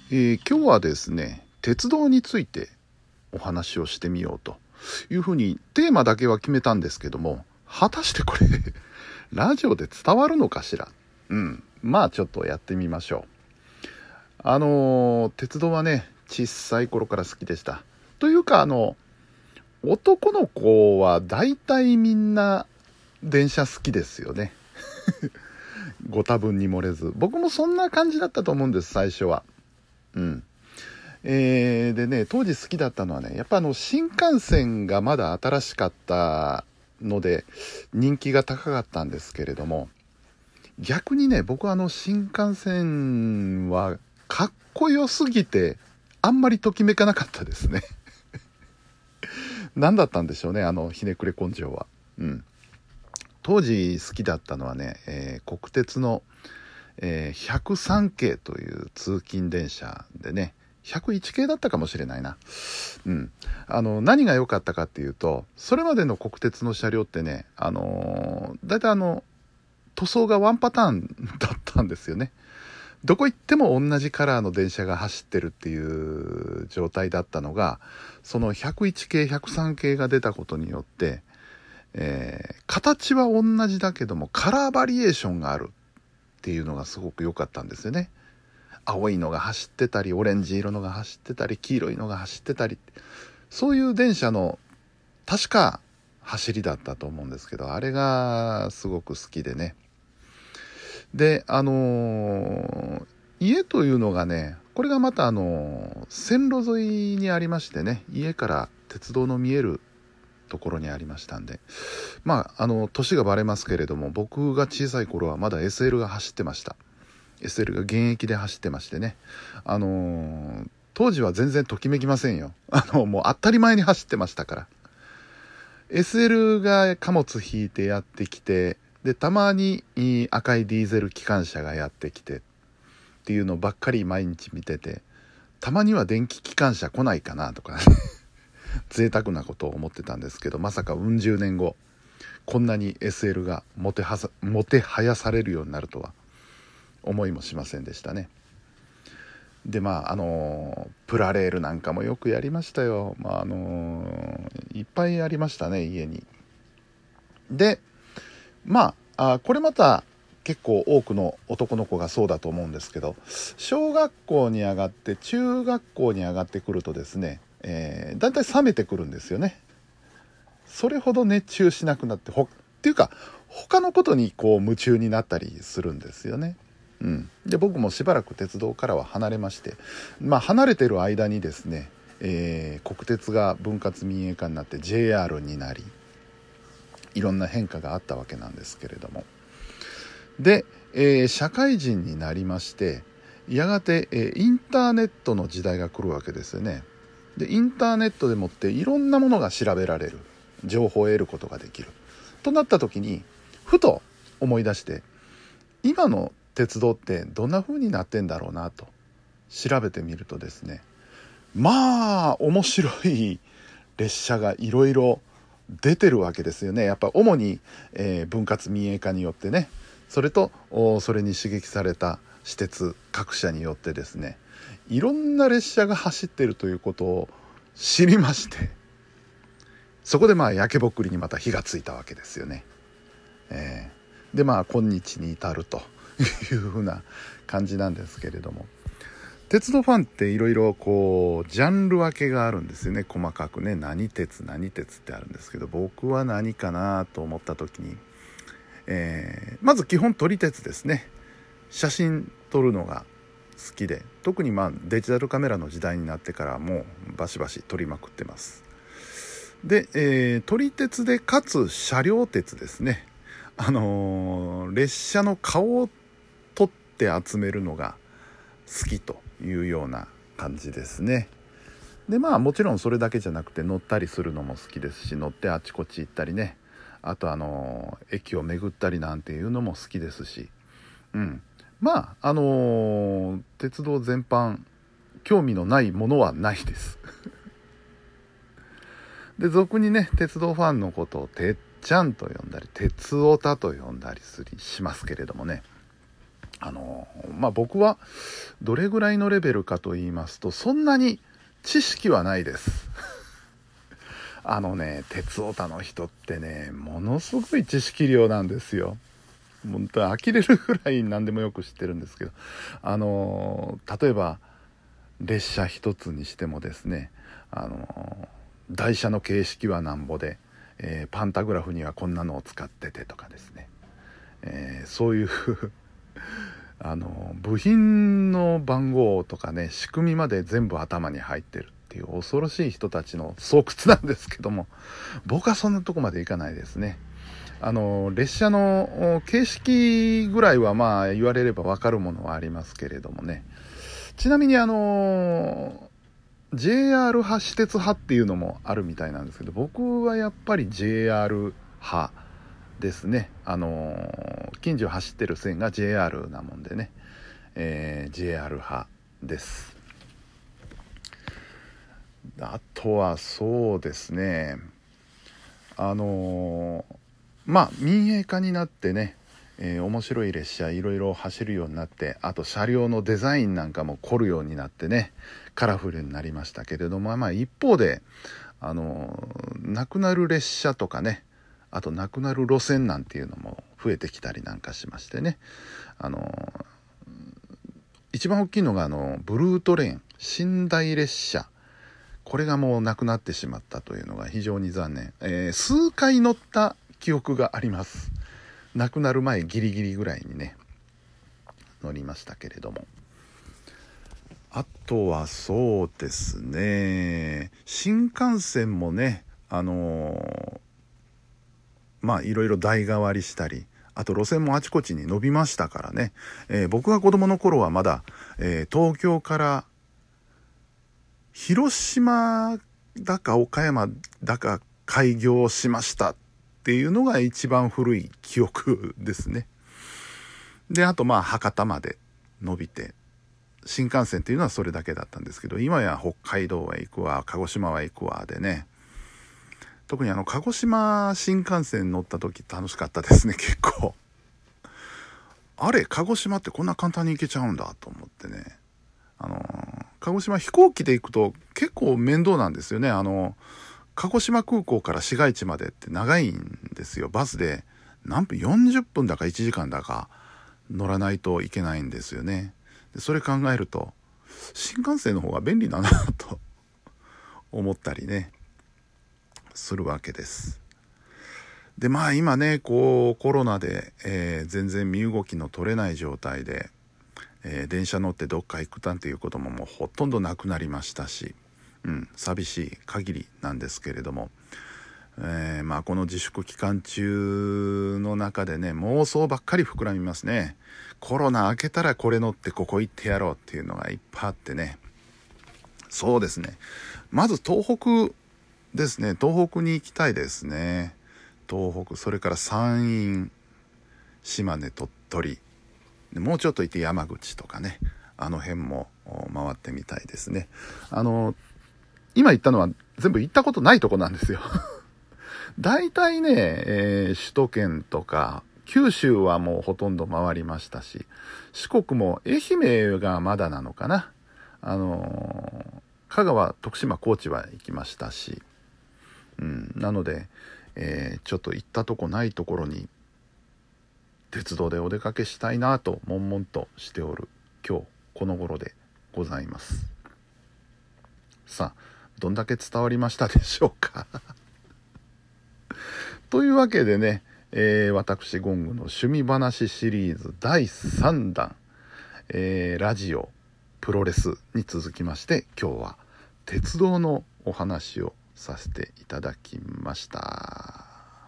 今日はですね、鉄道についてお話をしてみようというふうにテーマだけは決めたんですけども、果たしてこれラジオで伝わるのかしら。まあちょっとやってみましょう。鉄道はね、小さい頃から好きでした。というか男の子は大体みんな電車好きですよね。ご多分に漏れず、僕もそんな感じだったと思うんです、最初は。でね、当時好きだったのはね、やっぱ新幹線がまだ新しかったので人気が高かったんですけれども、逆にね、僕は新幹線はかっこよすぎてあんまりときめかなかったですね。何だったんでしょうね、ひねくれ根性は。当時好きだったのはね、国鉄の、103系という通勤電車でね、101系だったかもしれないな。何が良かったかっていうと、それまでの国鉄の車両ってね、だいたい塗装がワンパターンだったんですよね。どこ行っても同じカラーの電車が走ってるっていう状態だったのが、その101系103系が出たことによって、形は同じだけどもカラーバリエーションがあるっていうのがすごく良かったんですよね。青いのが走ってたり、オレンジ色のが走ってたり、黄色いのが走ってたり、そういう電車の確か走りだったと思うんですけど、あれがすごく好きでね。で、家というのがね、これがまた線路沿いにありましてね、家から鉄道の見えるところにありましたんで、年がバレますけれども、僕が小さい頃はまだ SL が走ってました。SL が現役で走ってましてね、当時は全然ときめきませんよ。もう当たり前に走ってましたから。SL が貨物引いてやってきて、でたまに赤いディーゼル機関車がやってきてっていうのばっかり毎日見てて、たまには電気機関車来ないかなとか贅沢なことを思ってたんですけど、まさかうん十年後こんなに SL がもてはやされるようになるとは思いもしませんでしたね。でプラレールなんかもよくやりましたよ。いっぱいありましたね、家に。でこれまた結構多くの男の子がそうだと思うんですけど、小学校に上がって中学校に上がってくるとですね、だんだん冷めてくるんですよね。それほど熱中しなくなってっていうか他のことにこう夢中になったりするんですよね。で僕もしばらく鉄道からは離れまして、離れてる間にですね、国鉄が分割民営化になって JR になり、いろんな変化があったわけなんですけれども、で、社会人になりまして、やがて、インターネットの時代が来るわけですよね。でインターネットでもっていろんなものが調べられる、情報を得ることができるとなった時に、ふと思い出して、今の鉄道ってどんな風になってんだろうなと調べてみるとですね、面白い列車がいろいろ出てるわけですよね。やっぱ主に、分割民営化によってね、それとそれに刺激された私鉄各社によってですね、いろんな列車が走っているということを知りまして、そこで焼けぼっくりにまた火がついたわけですよね。で今日に至るというふうな感じなんですけれども、鉄道ファンっていろいろこうジャンル分けがあるんですよね。細かくね、何鉄ってあるんですけど、僕は何かなと思った時に、まず基本撮り鉄ですね。写真撮るのが好きで、特にデジタルカメラの時代になってからもうバシバシ撮りまくってます。で、撮り鉄でかつ車両鉄ですね。列車の顔を撮って集めるのが好きというような感じですね。でもちろんそれだけじゃなくて、乗ったりするのも好きですし、乗ってあちこち行ったりね、あと駅を巡ったりなんていうのも好きですし、鉄道全般興味のないものはないですで俗にね、鉄道ファンのことをてっちゃんと呼んだり、鉄オタと呼んだりしますけれどもね、 僕はどれぐらいのレベルかと言いますと、そんなに知識はないです鉄オタの人ってね、ものすごい知識量なんですよ。本当に呆れるぐらい何でもよく知ってるんですけど、例えば列車一つにしてもですね、台車の形式はなんぼで、パンタグラフにはこんなのを使っててとかですね、そういう部品の番号とかね、仕組みまで全部頭に入ってるっていう恐ろしい人たちの巣窟なんですけども、僕はそんなとこまでいかないですね。列車の形式ぐらいは言われれば分かるものはありますけれどもね。ちなみにJR 派、私鉄派っていうのもあるみたいなんですけど、僕はやっぱり JR 派ですね。近所走ってる線が JR なもんでね、JR 派です。あとはそうですね、民営化になってね、面白い列車いろいろ走るようになって、あと車両のデザインなんかも凝るようになってね、カラフルになりましたけれども、一方でなくなる列車とかね、あとなくなる路線なんていうのも増えてきたりなんかしましてね、一番大きいのがブルートレイン、寝台列車、これがもうなくなってしまったというのが非常に残念。数回乗った記憶があります。亡くなる前ギリギリぐらいにね乗りましたけれども、あとはそうですね、新幹線もね、いろいろ代替わりしたり、あと路線もあちこちに伸びましたからね、僕が子供の頃はまだ、東京から広島だか岡山だか開業しましたっていうのが一番古い記憶ですね。で、あと博多まで伸びて、新幹線っていうのはそれだけだったんですけど、今や北海道は行くわ、鹿児島は行くわでね、特に鹿児島新幹線乗った時楽しかったですね。結構あれ、鹿児島ってこんな簡単に行けちゃうんだと思ってね、鹿児島飛行機で行くと結構面倒なんですよね。鹿児島空港から市街地までって長いんですよ。バスで何分、40分だか1時間だか乗らないといけないんですよね。でそれ考えると新幹線の方が便利だなと思ったりねするわけです。で今ねコロナで、全然身動きの取れない状態で、電車乗ってどっか行くなんていうことももうほとんどなくなりましたし、寂しい限りなんですけれども、この自粛期間中の中でね、妄想ばっかり膨らみますね。コロナ明けたらこれ乗ってここ行ってやろうっていうのがいっぱいあってね。そうですね、まず東北ですね。東北に行きたいですね。東北、それから山陰、島根、鳥取で、もうちょっと行って山口とかね、あの辺も回ってみたいですね。今言ったのは全部行ったことないとこなんですよ大体ね、首都圏とか九州はもうほとんど回りましたし、四国も愛媛がまだなのかな、香川、徳島、高知は行きましたし、なので、ちょっと行ったとこないところに鉄道でお出かけしたいなと悶々としておる今日この頃でございます。さあ、どんだけ伝わりましたでしょうかというわけでね、私ゴングの趣味話シリーズ第3弾、ラジオプロレスに続きまして、今日は鉄道のお話をさせていただきました。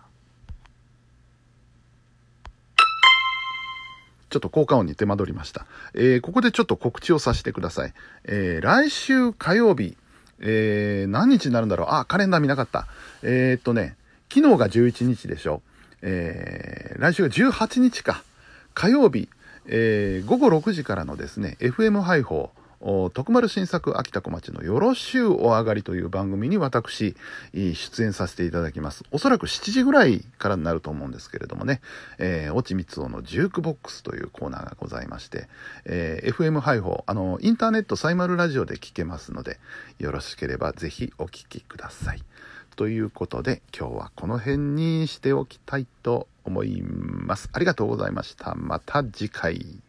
ちょっと効果音に手間取りました。ここでちょっと告知をさせてください。来週火曜日、何日になるんだろう。カレンダー見なかった。昨日が11日でしょ。来週が18日か。火曜日、午後6時からのですね、FM 配報、 徳丸新作秋田小町のよろしゅうお上がりという番組に私出演させていただきます。おそらく7時ぐらいからになると思うんですけれどもね、越智光雄のジュークボックスというコーナーがございまして、FM 配報インターネットサイマルラジオで聞けますので、よろしければぜひお聞きください。ということで今日はこの辺にしておきたいと思います。ありがとうございました。また次回。